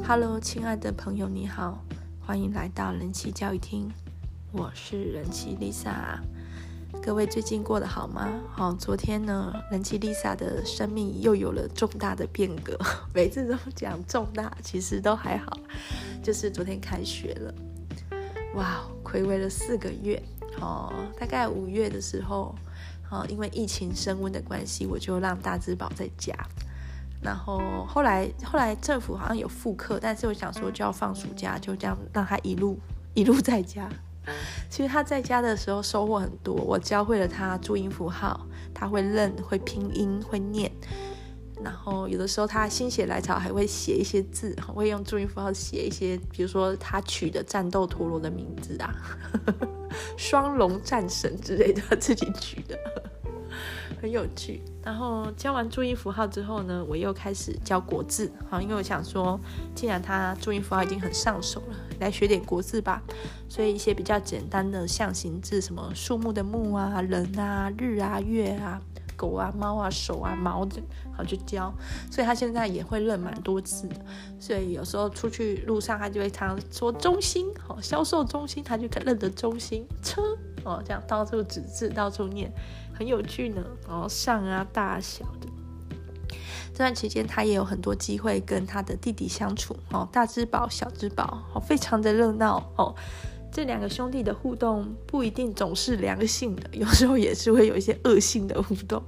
Hello， 亲爱的朋友，你好，欢迎来到人气教育厅，我是人气 Lisa。各位最近过得好吗？昨天呢，人气 Lisa 的生命又有了重大的变革。每次都讲重大，其实都还好，就是昨天开学了。哇，睽违了4个月，大概5月的时候，因为疫情升温的关系，我就让大只宝在家。然后后来政府好像有复课，但是我想说就要放暑假，就这样让他一路在家。其实他在家的时候收获很多，我教会了他注音符号，他会认，会拼音，会念。然后有的时候他心血来潮还会写一些字，会用注音符号写一些，比如说他取的战斗陀螺的名字啊，双龙战神之类的，自己取的。很有趣。然后教完注音符号之后呢，我又开始教国字，因为我想说既然他注音符号已经很上手了，来学点国字吧。所以一些比较简单的象形字，什么树木的木啊，人啊，日啊，月啊，狗啊，猫啊，手啊，毛的，就教。所以他现在也会认蛮多字的，所以有时候出去路上他就会常说中心，销售中心，他就认得中心，车，这样到处指字，到处念，很有趣呢。上啊，大小的。这段期间他也有很多机会跟他的弟弟相处，大只宝小只宝，非常的热闹。这2个兄弟的互动不一定总是良性的，有时候也是会有一些恶性的互动。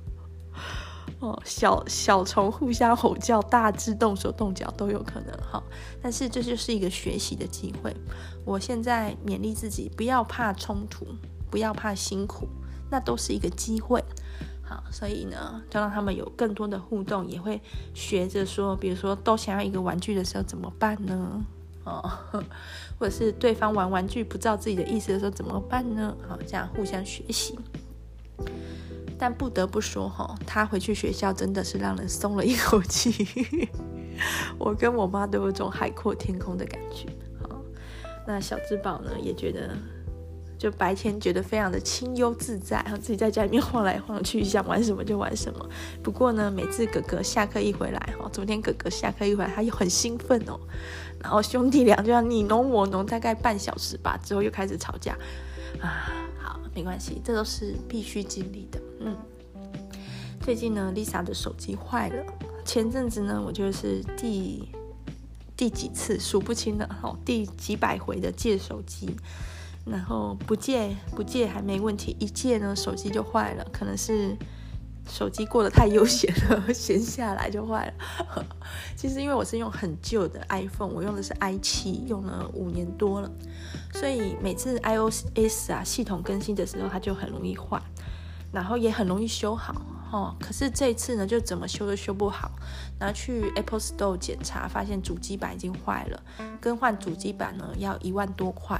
小虫互相吼叫，大只动手动脚都有可能。但是这就是一个学习的机会。我现在勉励自己，不要怕冲突，不要怕辛苦，那都是一个机会。所以呢，就让他们有更多的互动，也会学着说，比如说都想要一个玩具的时候怎么办呢？或者是对方玩玩具不知道自己的意思的时候怎么办呢？这样互相学习。但不得不说，他回去学校真的是让人松了一口气。我跟我妈都有种海阔天空的感觉。那小只宝呢，也觉得就白天觉得非常的清幽自在，自己在家里面晃来晃去，想玩什么就玩什么。不过呢，每次哥哥下课一回来，昨天哥哥下课一回来，他又很兴奋哦。然后兄弟俩就要你侬我侬，大概半小时吧，之后又开始吵架。好，没关系，这都是必须经历的。最近呢 ，Lisa 的手机坏了。前阵子呢，我就是第几次数不清了，第几百回的借手机。然后不借还没问题，一借呢手机就坏了，可能是手机过得太悠闲了，闲下来就坏了。其实因为我是用很旧的 iPhone， 我用的是 i7， 用了5年多了，所以每次 iOS 系统更新的时候它就很容易坏，然后也很容易修好。可是这一次呢，就怎么修都修不好，然后去 Apple Store 检查，发现主机板已经坏了，更换主机板呢要1万多块。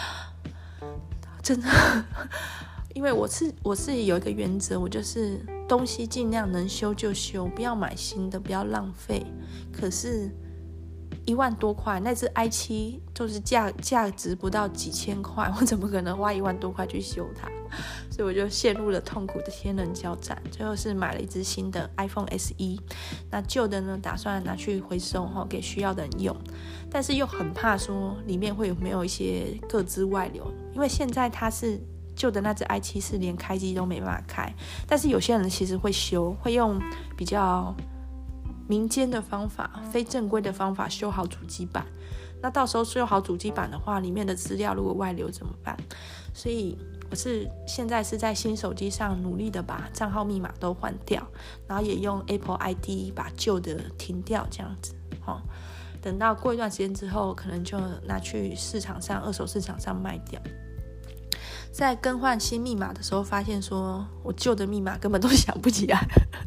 真的，因为我是有一个原则，我就是东西尽量能修就修，不要买新的，不要浪费。可是1万多块，那只 i7 就是价值不到几千块，我怎么可能花1万多块去修它？所以我就陷入了痛苦的天人交战。最后是买了一只新的 iPhone SE， 那旧的呢打算拿去回收给需要的人用，但是又很怕说里面会有没有一些个资外流，因为现在它是旧的那只 i7 是连开机都没办法开，但是有些人其实会修，会用比较民间的方法，非正规的方法修好主机板。那到时候修好主机板的话，里面的资料如果外流怎么办？所以我现在是在新手机上努力的把账号密码都换掉，然后也用 Apple ID 把旧的停掉，这样子。等到过一段时间之后，可能就拿去二手市场上卖掉。在更换新密码的时候，发现说我旧的密码根本都想不起来。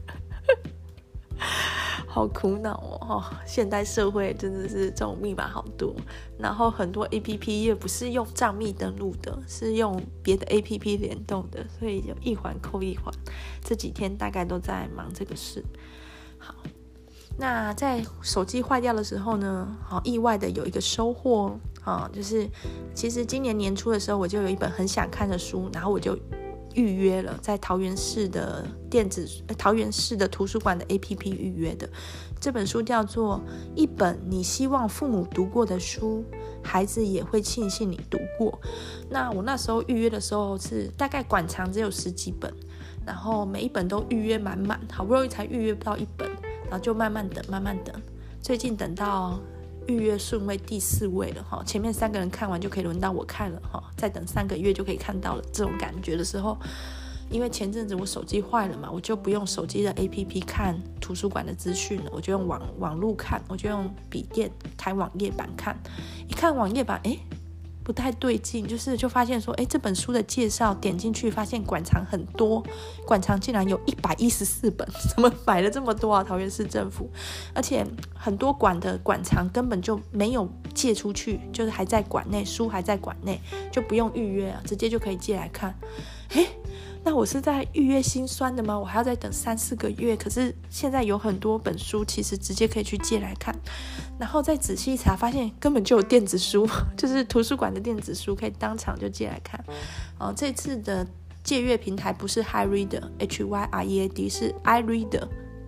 好苦恼哦！现代社会真的是这种密码好多，然后很多 APP 也不是用账密登录的，是用别的 APP 联动的，所以就一环扣一环。这几天大概都在忙这个事。好，那在手机坏掉的时候呢，意外的有一个收获，就是其实今年年初的时候，我就有一本很想看的书，然后我就预约了，在桃园市的图书馆的 APP 预约的。这本书叫做《一本你希望父母读过的书，孩子也会庆幸你读过》。那我那时候预约的时候是大概馆藏只有10几本，然后每一本都预约满，好不容易才预约不到1本，然后就慢慢等，最近等到预约顺位第4位了，前面3个人看完就可以轮到我看了，再等3个月就可以看到了。这种感觉的时候，因为前阵子我手机坏了嘛，我就不用手机的 APP 看图书馆的资讯了，我就用网路看，我就用笔电开网页版看。一看网页版，不太对劲，就发现说，这本书的介绍点进去，发现馆藏很多，馆藏竟然有114本，怎么买了这么多啊？桃园市政府，而且很多馆的馆藏根本就没有借出去，就是还在馆内，书还在馆内，就不用预约啊，直接就可以借来看。那我是在预约心酸的吗？我还要再等3-4个月，可是现在有很多本书其实直接可以去借来看，然后再仔细一查发现根本就有电子书，就是图书馆的电子书可以当场就借来看。这次的借阅平台不是 HyReader HYREAD， 是 iReader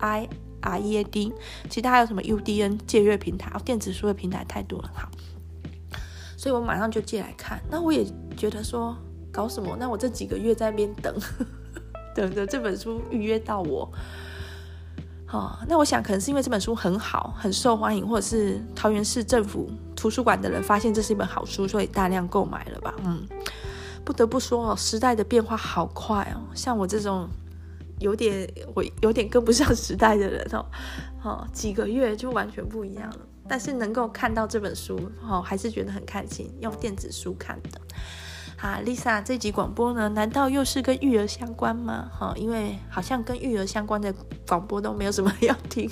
IREAD， 其他还有什么 UDN 借阅平台，电子书的平台太多了。好，所以我马上就借来看。那我也觉得说搞什么？那我这几个月在那边等着这本书预约到我。那我想可能是因为这本书很好，很受欢迎，或者是桃园市政府图书馆的人发现这是一本好书，所以大量购买了吧。不得不说时代的变化好快像我这种有点跟不上时代的人几个月就完全不一样了。但是能够看到这本书还是觉得很开心，用电子书看的。Lisa 这集广播呢，难道又是跟育儿相关吗？因为好像跟育儿相关的广播都没有什么要听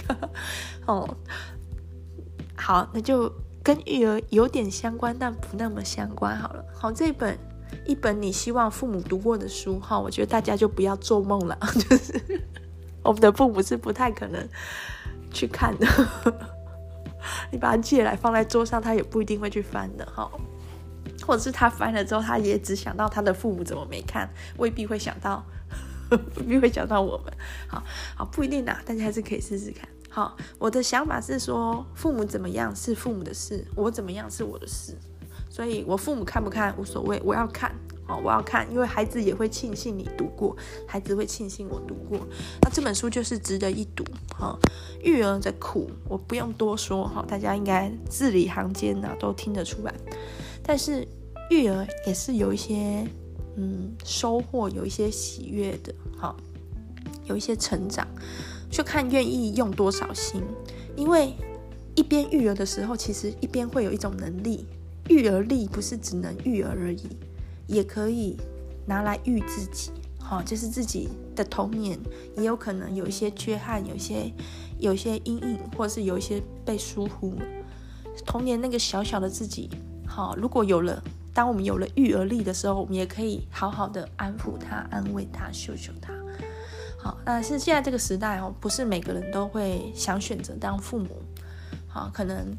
好，那就跟育儿有点相关，但不那么相关好了。这一本你希望父母读过的书我觉得大家就不要做梦了，就是我们的父母是不太可能去看的你把它借来放在桌上，他也不一定会去翻的或者是他翻了之后，他也只想到他的父母怎么没看，未必会想到我们。好，不一定啦，大家还是可以试试看。好，我的想法是说，父母怎么样是父母的事，我怎么样是我的事。所以我父母看不看无所谓，我要看，因为孩子也会庆幸你读过，孩子会庆幸我读过。那这本书就是值得一读。育儿的苦我不用多说，大家应该字里行间都听得出来。但是育儿也是有一些收获，有一些喜悦的，有一些成长，就看愿意用多少心。因为一边育儿的时候，其实一边会有一种能力，育儿力不是只能育儿而已，也可以拿来育自己，就是自己的童年也有可能有一些缺憾，有一些阴影，或者是有一些被疏忽了。童年那个小小的自己，如果当我们有了育儿力的时候，我们也可以好好的安抚他、安慰他、秀秀他。但是现在这个时代不是每个人都会想选择当父母，可能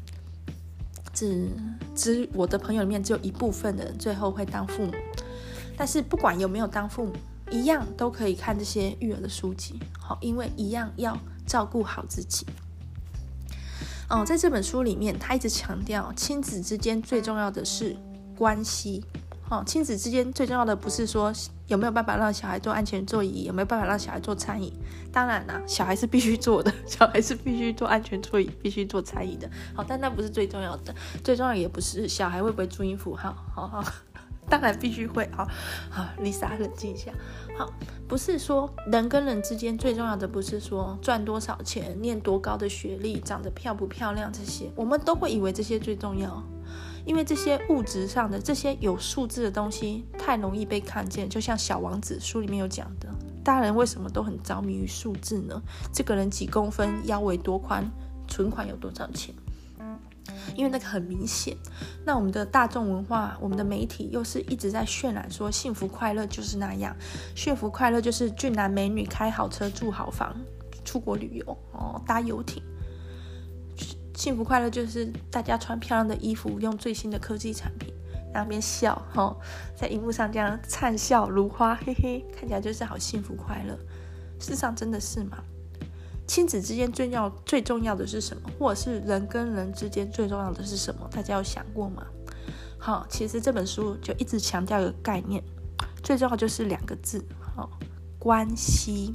我的朋友里面只有一部分的人最后会当父母。但是不管有没有当父母，一样都可以看这些育儿的书籍，因为一样要照顾好自己。在这本书里面，他一直强调亲子之间最重要的是关系。亲子之间最重要的不是说有没有办法让小孩坐安全座椅，有没有办法让小孩坐餐椅。当然啦，小孩是必须坐的，小孩是必须坐安全座椅，必须坐餐椅的。但那不是最重要的，最重要也不是小孩会不会注音符号。当然必须会。好 Lisa 冷静一下。不是说人跟人之间最重要的不是说赚多少钱，念多高的学历，长得漂不漂亮，这些我们都会以为这些最重要，因为这些物质上的这些有数字的东西太容易被看见。就像小王子书里面有讲的，大人为什么都很着迷于数字呢？这个人几公分，腰围多宽，存款有多少钱，因为那个很明显。那我们的大众文化，我们的媒体又是一直在渲染说幸福快乐就是那样，幸福快乐就是俊男美女，开好车，住好房，出国旅游，搭游艇。幸福快乐就是大家穿漂亮的衣服，用最新的科技产品。 那边笑在荧幕上这样灿笑如花，嘿嘿，看起来就是好幸福快乐。事实上真的是吗？亲子之间最重要的是什么？或者是人跟人之间最重要的是什么？大家有想过吗？其实这本书就一直强调一个概念，最重要就是2个字，关系。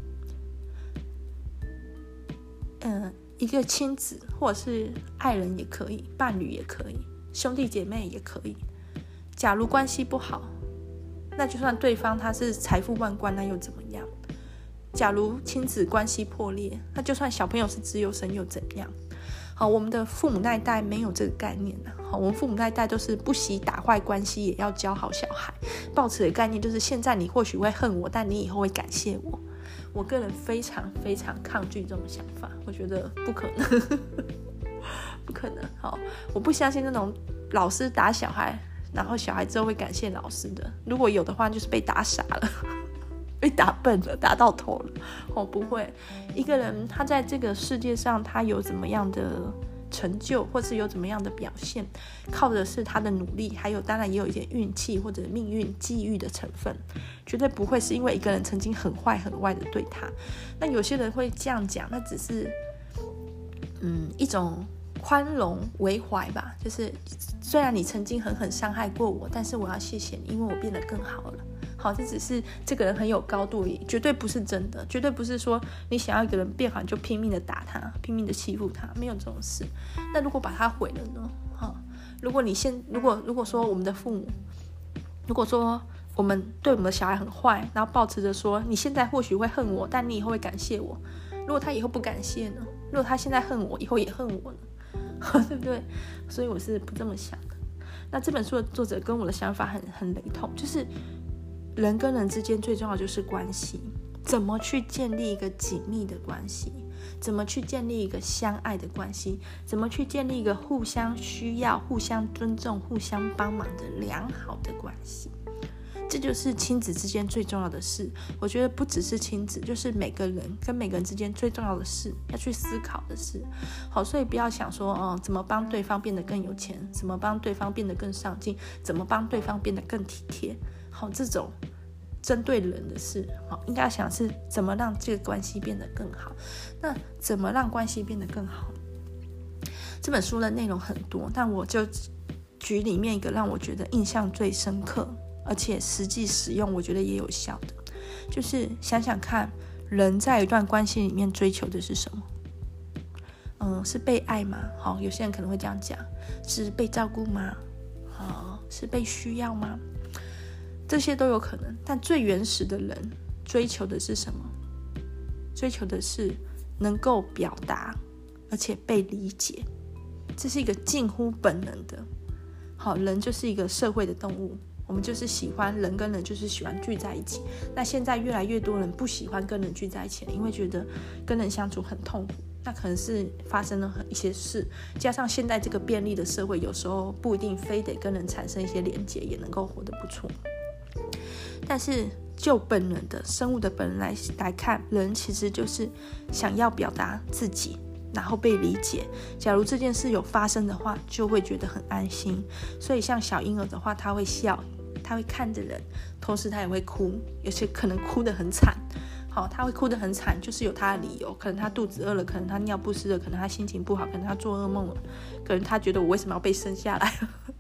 一个亲子或者是爱人也可以，伴侣也可以，兄弟姐妹也可以。假如关系不好，那就算对方他是财富万贯，那又怎么样？假如亲子关系破裂，那就算小朋友是自由生又怎样？我们的父母那一代没有这个概念我们父母那一代都是不惜打坏关系也要教好小孩，抱持的概念就是现在你或许会恨我，但你以后会感谢我。我个人非常非常抗拒这种想法，我觉得不可能不可能。我不相信那种老师打小孩然后小孩之后会感谢老师的，如果有的话就是被打傻了被打笨了，打到头了。不会，一个人他在这个世界上他有怎么样的成就，或是有怎么样的表现，靠的是他的努力，还有当然也有一点运气或者命运际遇的成分，绝对不会是因为一个人曾经很坏很坏的对他。那有些人会这样讲，那只是一种宽容为怀吧，就是虽然你曾经狠狠伤害过我，但是我要谢谢你，因为我变得更好了。这只是这个人很有高度而已，绝对不是真的，绝对不是说你想要一个人变好你就拼命的打他，拼命的欺负他，没有这种事。那如果把他毁了呢？如果说我们的父母，如果说我们对我们的小孩很坏，然后抱持着说你现在或许会恨我，但你以后会感谢我。如果他以后不感谢呢？如果他现在恨我，以后也恨我呢？对不对？所以我是不这么想的。那这本书的作者跟我的想法很雷同，就是人跟人之间最重要就是关系，怎么去建立一个紧密的关系，怎么去建立一个相爱的关系，怎么去建立一个互相需要、互相尊重、互相帮忙的良好的关系。这就是亲子之间最重要的事。我觉得不只是亲子，就是每个人跟每个人之间最重要的事，要去思考的事。所以不要想说怎么帮对方变得更有钱，怎么帮对方变得更上进，怎么帮对方变得更体贴。这种针对人的事，应该想是怎么让这个关系变得更好。那怎么让关系变得更好？这本书的内容很多，但我就举里面一个让我觉得印象最深刻，而且实际使用我觉得也有效的，就是想想看，人在一段关系里面追求的是什么？是被爱吗？有些人可能会这样讲，是被照顾吗？是被需要吗？这些都有可能，但最原始的人追求的是什么？追求的是能够表达，而且被理解。这是一个近乎本能的。人就是一个社会的动物，我们就是喜欢人跟人就是喜欢聚在一起。那现在越来越多人不喜欢跟人聚在一起了，因为觉得跟人相处很痛苦。那可能是发生了一些事，加上现在这个便利的社会，有时候不一定非得跟人产生一些连结，也能够活得不错。但是就本能的生物的本能来看，人其实就是想要表达自己，然后被理解。假如这件事有发生的话，就会觉得很安心。所以像小婴儿的话，他会笑，他会看着人，同时他也会哭，有些可能哭得很惨。他会哭得很惨，就是有他的理由，可能他肚子饿了，可能他尿不湿了，可能他心情不好，可能他做噩梦了，可能他觉得我为什么要被生下来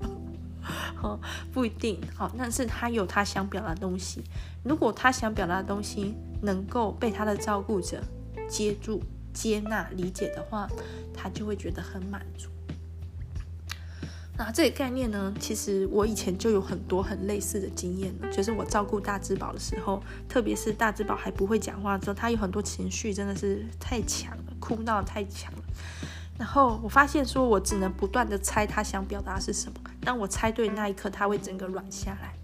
不一定。但是他有他想表达的东西，如果他想表达的东西能够被他的照顾者接住、接纳、理解的话，他就会觉得很满足。那这个概念呢，其实我以前就有很多很类似的经验了，就是我照顾大智宝的时候，特别是大智宝还不会讲话之后，他有很多情绪真的是太强了，哭闹太强了。然后我发现说，我只能不断的猜他想表达是什么。当我猜对那一刻，他会整个软下来。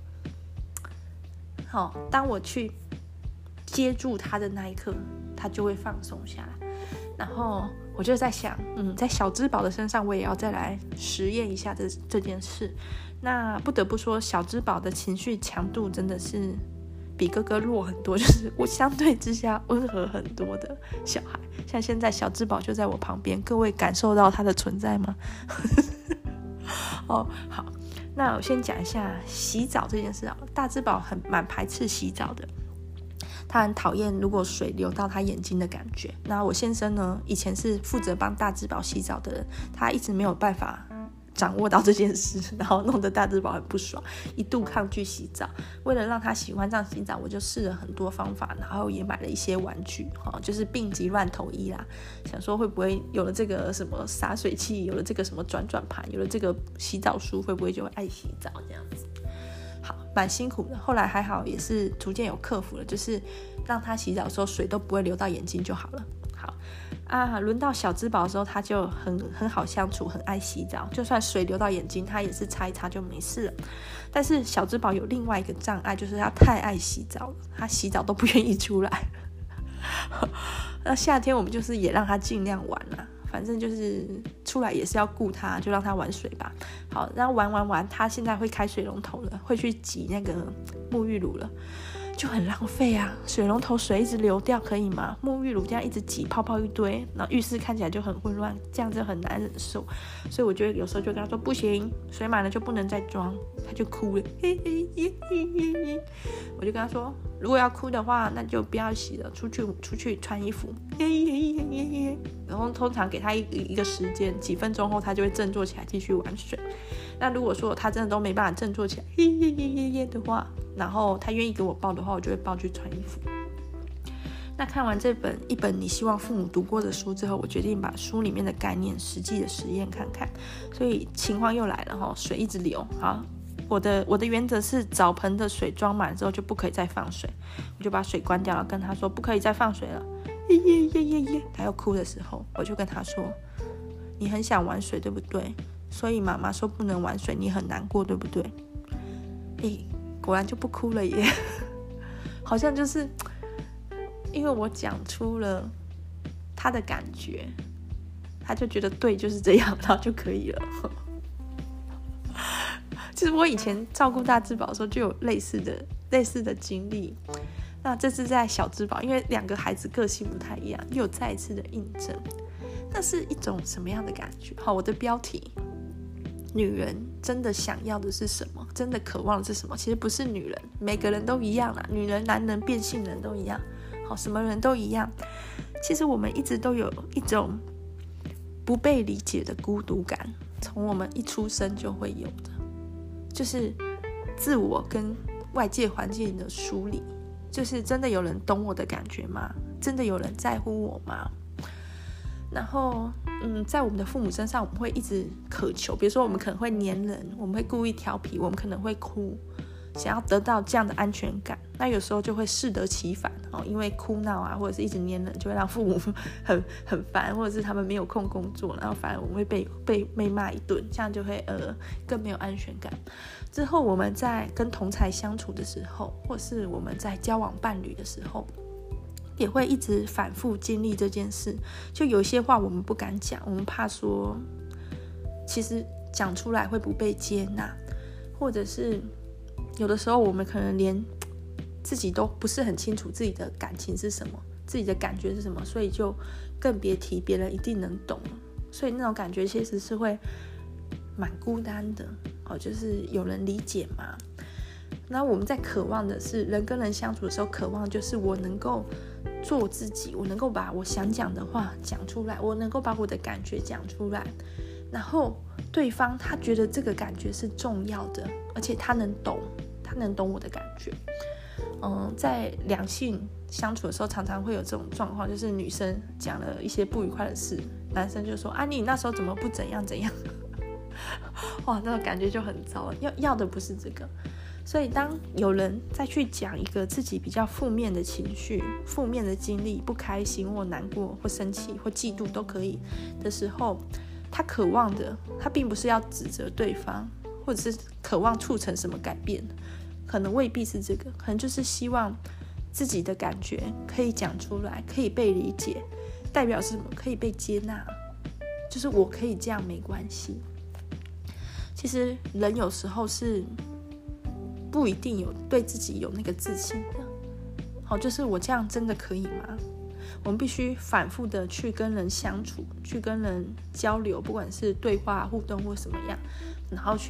当我去接住他的那一刻，他就会放松下来。然后我就在想，在小智宝的身上，我也要再来实验一下这件事。那不得不说，小智宝的情绪强度真的是比哥哥弱很多，就是我相对之下温和很多的小孩。像现在小智宝就在我旁边，各位感受到他的存在吗？好， 那我先讲一下洗澡这件事啊，大只宝蛮排斥洗澡的，他很讨厌如果水流到他眼睛的感觉。那我先生呢，以前是负责帮大只宝洗澡的人，他一直没有办法掌握到这件事，然后弄得大只宝很不爽，一度抗拒洗澡。为了让他喜欢上洗澡，我就试了很多方法，然后也买了一些玩具，就是病急乱投医啦，想说会不会有了这个什么洒水器，有了这个什么转盘，有了这个洗澡书，会不会就会爱洗澡这样子。好，蛮辛苦的，后来还好，也是逐渐有克服了，就是让他洗澡的时候水都不会流到眼睛就好了。好啊，轮到小只宝的时候，他就很好相处，很爱洗澡，就算水流到眼睛，他也是擦一擦就没事了。但是小只宝有另外一个障碍，就是他太爱洗澡了，他洗澡都不愿意出来。那夏天我们就是也让他尽量玩啦，反正就是出来也是要顾他，就让他玩水吧。好，然后玩，他现在会开水龙头了，会去挤那个沐浴乳了，就很浪费啊！水龙头水一直流掉可以吗？沐浴乳这样一直挤，泡泡一堆，然后浴室看起来就很混乱，这样就很难忍受。所以我觉得有时候就跟他说不行，水满了就不能再装，他就哭了。我就跟他说，如果要哭的话，那就不要洗了，出去穿衣服。然后通常给他一个时间，几分钟后他就会振作起来继续玩水。那如果说他真的都没办法振作起来的话，然后他愿意给我抱的话，我就会抱去穿衣服。那看完一本你希望父母读过的书之后，我决定把书里面的概念实际的实验看看。所以情况又来了，水一直流。好，我的原则是澡盆的水装满之后就不可以再放水，我就把水关掉了，跟他说不可以再放水了。他要哭的时候，我就跟他说，你很想玩水对不对？所以妈妈说不能玩水，你很难过对不对？果然就不哭了耶。好像就是因为我讲出了他的感觉，他就觉得对就是这样，然后就可以了。其实我以前照顾大只宝的时候就有类似的经历，那这次在小只宝，因为两个孩子个性不太一样，又有再一次的印证。那是一种什么样的感觉？好，我的标题，女人真的想要的是什么？真的渴望的是什么？其实不是女人，每个人都一样啦，女人、男人、变性人都一样，好，什么人都一样。其实我们一直都有一种不被理解的孤独感，从我们一出生就会有的，就是自我跟外界环境的疏离。就是真的有人懂我的感觉吗？真的有人在乎我吗？然后在我们的父母身上，我们会一直渴求，比如说我们可能会黏人，我们会故意调皮，我们可能会哭，想要得到这样的安全感。那有时候就会适得其反，因为哭闹啊，或者是一直黏人，就会让父母很烦，或者是他们没有空工作，然后反而我们会被骂一顿，这样就会更没有安全感。之后我们在跟同侪相处的时候，或是我们在交往伴侣的时候，也会一直反复经历这件事。就有些话我们不敢讲，我们怕说其实讲出来会不被接纳，或者是有的时候我们可能连自己都不是很清楚自己的感情是什么，自己的感觉是什么，所以就更别提别人一定能懂了。所以那种感觉其实是会蛮孤单的，就是有人理解嘛。那我们在渴望的是人跟人相处的时候，渴望就是我能够做自己，我能够把我想讲的话讲出来，我能够把我的感觉讲出来，然后对方他觉得这个感觉是重要的，而且他能懂我的感觉。在两性相处的时候，常常会有这种状况，就是女生讲了一些不愉快的事，男生就说啊，你那时候怎么不怎样怎样。哇，那种感觉就很糟，要的不是这个。所以当有人再去讲一个自己比较负面的情绪、负面的经历，不开心或难过或生气或嫉妒都可以的时候，他渴望的，他并不是要指责对方，或者是渴望促成什么改变，可能未必是这个，可能就是希望自己的感觉可以讲出来，可以被理解，代表是什么？可以被接纳，就是我可以这样没关系。其实人有时候是不一定有对自己有那个自信的，就是我这样真的可以吗？我们必须反复的去跟人相处，去跟人交流，不管是对话互动或什么样，然后去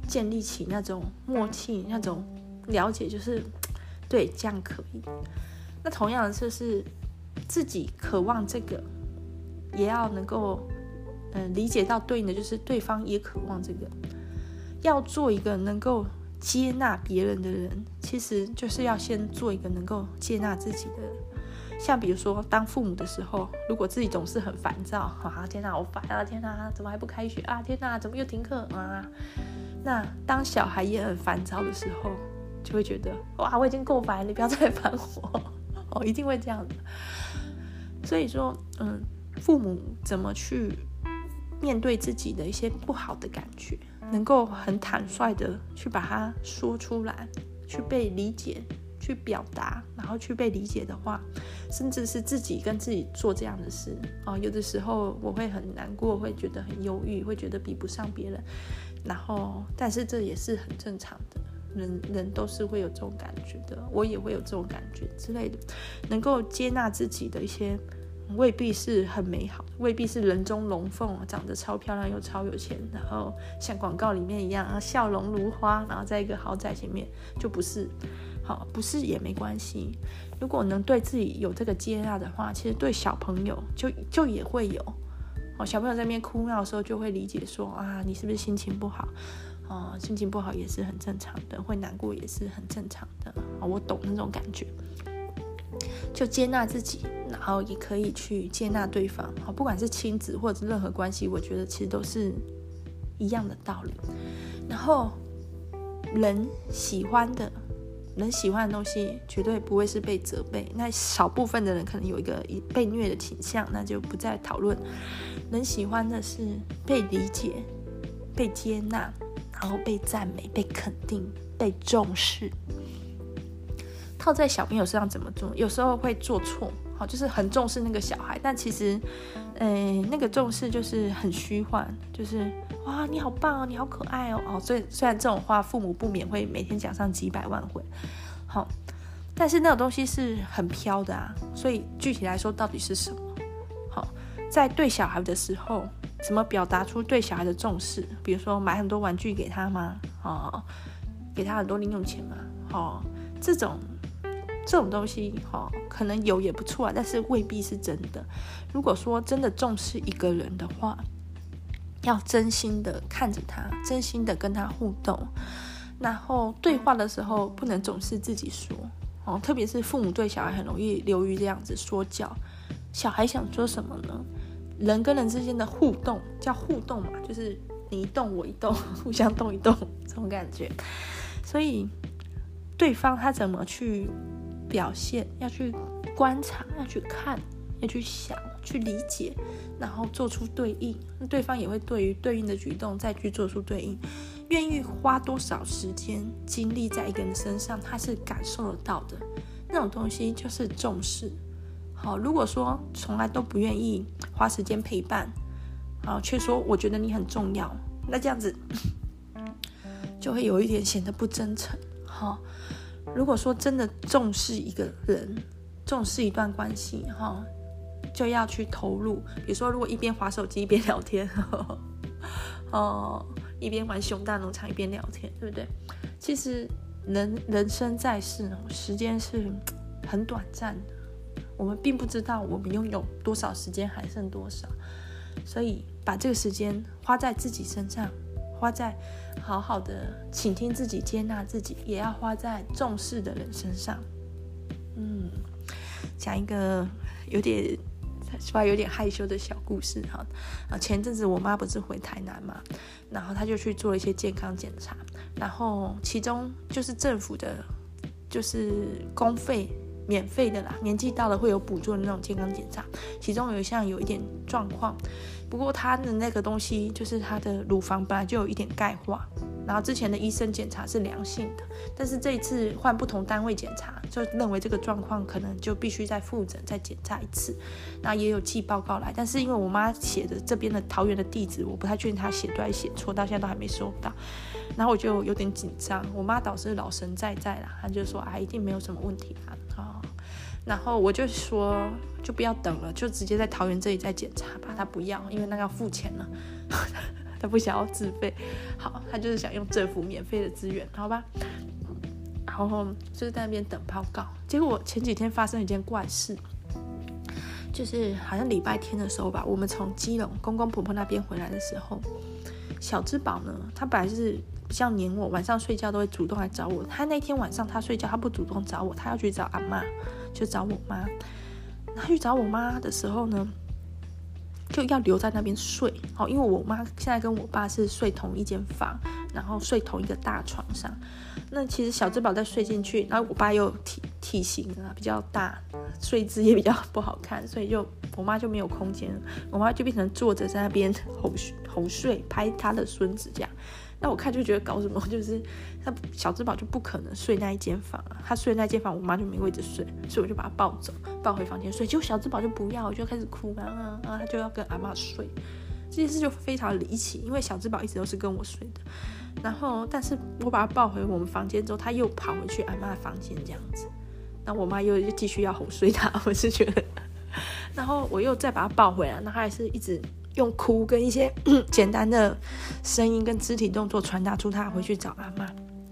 建立起那种默契，那种了解，就是对，这样可以。那同样的就是自己渴望这个，也要能够理解到对应的就是对方也渴望这个。要做一个能够接纳别人的人，其实就是要先做一个能够接纳自己的人。像比如说当父母的时候，如果自己总是很烦躁啊，天哪好烦啊，天哪怎么还不开学啊，天哪怎么又停课啊，那当小孩也很烦躁的时候，就会觉得哇我已经够烦了，你不要再烦我一定会这样的。所以说父母怎么去面对自己的一些不好的感觉，能够很坦率的去把它说出来，去被理解，去表达，然后去被理解的话，甚至是自己跟自己做这样的事有的时候我会很难过，会觉得很忧郁，会觉得比不上别人，然后但是这也是很正常的，人都是会有这种感觉的，我也会有这种感觉之类的。能够接纳自己的一些未必是很美好，未必是人中龙凤，长得超漂亮又超有钱，然后像广告里面一样笑容如花，然后在一个豪宅前面，就不是。好，不是也没关系。如果能对自己有这个接纳的话，其实对小朋友就也会有。小朋友在那边哭闹的时候，就会理解说啊，你是不是心情不好？心情不好也是很正常的，会难过也是很正常的。我懂那种感觉。就接纳自己，然后也可以去接纳对方。不管是亲子或者是任何关系，我觉得其实都是一样的道理。然后人喜欢的东西绝对不会是被责备，那少部分的人可能有一个被虐的倾向，那就不再讨论。人喜欢的是被理解、被接纳，然后被赞美、被肯定、被重视。套在小朋友身上怎么做？有时候会做错，就是很重视那个小孩，但其实那个重视就是很虚幻，就是哇你好棒哦，你好可爱哦。所以虽然这种话父母不免会每天讲上几百万回，但是那种东西是很飘的啊。所以具体来说到底是什么？在对小孩的时候，怎么表达出对小孩的重视？比如说买很多玩具给他吗？给他很多零用钱吗？这种东西可能有也不错但是未必是真的。如果说真的重视一个人的话，要真心的看着他，真心的跟他互动，然后对话的时候不能总是自己说特别是父母对小孩很容易流于这样子说教。小孩想说什么呢？人跟人之间的互动叫互动嘛，就是你一动我一动，互相动一动这种感觉。所以对方他怎么去表现，要去观察，要去看，要去想，去理解，然后做出对应。对方也会对于对应的举动再去做出对应。愿意花多少时间精力在一个人身上，他是感受得到的，那种东西就是重视。如果说从来都不愿意花时间陪伴，却说我觉得你很重要，那这样子就会有一点显得不真诚。如果说真的重视一个人，重视一段关系，就要去投入。比如说如果一边滑手机一边聊天，一边玩熊大农场一边聊天，对不对？其实人生在世，时间是很短暂的，我们并不知道我们拥有多少时间，还剩多少。所以把这个时间花在自己身上，花在好好的倾听自己、接纳自己，也要花在重视的人身上。讲一个有点害羞的小故事前阵子我妈不是回台南嘛，然后她就去做了一些健康检查，然后其中就是政府的就是公费免费的啦，年纪到了会有补助的那种健康检查，其中有一项有一点状况，不过他的那个东西就是他的乳房本来就有一点钙化，然后之前的医生检查是良性的，但是这一次换不同单位检查，就认为这个状况可能就必须再复诊再检查一次，那也有寄报告来，但是因为我妈写的这边的桃园的地址我不太确定她写对还是写错，到现在都还没收到，然后我就有点紧张。我妈倒是老神在在啦，她就说一定没有什么问题啦然后我就说就不要等了，就直接在桃园这里再检查吧。她不要，因为那个要付钱了他不想要自费，好，他就是想用政府免费的资源，好吧。然后就是在那边等报告，结果前几天发生一件怪事，就是好像礼拜天的时候吧，我们从基隆公公婆婆那边回来的时候，小之宝呢，他本来就是比较黏我，晚上睡觉都会主动来找我。他那天晚上他睡觉，他不主动找我，他要去找阿嬷，就找我妈。他去找我妈的时候呢，就要留在那边睡，因为我妈现在跟我爸是睡同一间房，然后睡同一个大床上。那其实小之宝再睡进去，然后我爸又体型比较大，睡姿也比较不好看，所以我妈就没有空间了，我妈就变成坐着在那边哄睡，拍她的孙子这样。那我看就觉得搞什么，就是他小之宝就不可能睡那一间房啊，他睡那间房，我妈就没位置睡，所以我就把他抱走，抱回房间睡。结果小之宝就不要，我就开始哭啊，他就要跟阿嬷睡。这件事就非常离奇，因为小之宝一直都是跟我睡的，然后但是我把他抱回我们房间之后，他又跑回去阿嬷的房间这样子，那我妈又继续要哄睡他，我是觉得，然后我又再把他抱回来，那他还是一直用哭跟一些简单的声音跟肢体动作传达出他回去找阿嬷，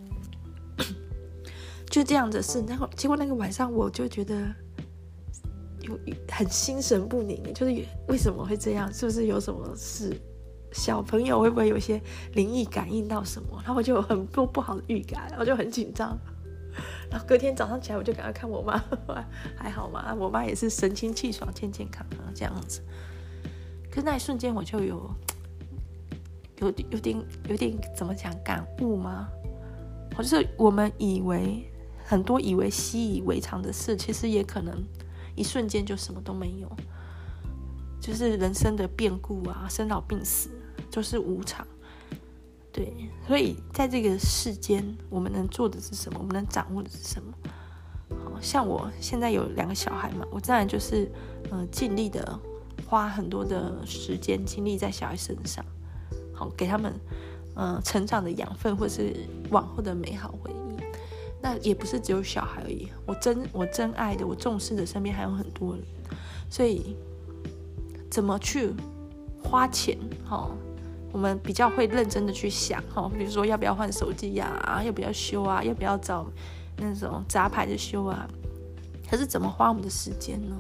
就这样的事。然后结果那个晚上我就觉得很心神不宁，就是为什么会这样？是不是有什么事？小朋友会不会有一些灵异感应到什么？然后我就有很多不好的预感，我就很紧张。然后隔天早上起来，我就赶快看我妈，还好吗？我妈也是神清气爽、健健康康这样子。可是那一瞬间，我就有点怎么讲感悟吗？就是我们很多以为习以为常的事，其实也可能一瞬间就什么都没有。就是人生的变故啊，生老病死就是无常。对，所以在这个世间，我们能做的是什么？我们能掌握的是什么？像我现在有2个小孩嘛，我当然就是尽力的花很多的时间精力在小孩身上，好给他们成长的养分，或是往后的美好回忆。那也不是只有小孩而已，我真爱的，我重视的身边还有很多人，所以怎么去花钱我们比较会认真的去想比如说要不要换手机呀，要不要修啊，要不要找那种杂牌的修啊，可是怎么花我们的时间呢？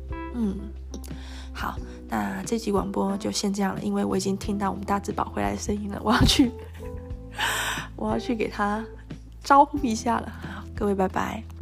好，那这集广播就先这样了，因为我已经听到我们大之宝回来的声音了，我要去给他招呼一下了。好，各位拜拜。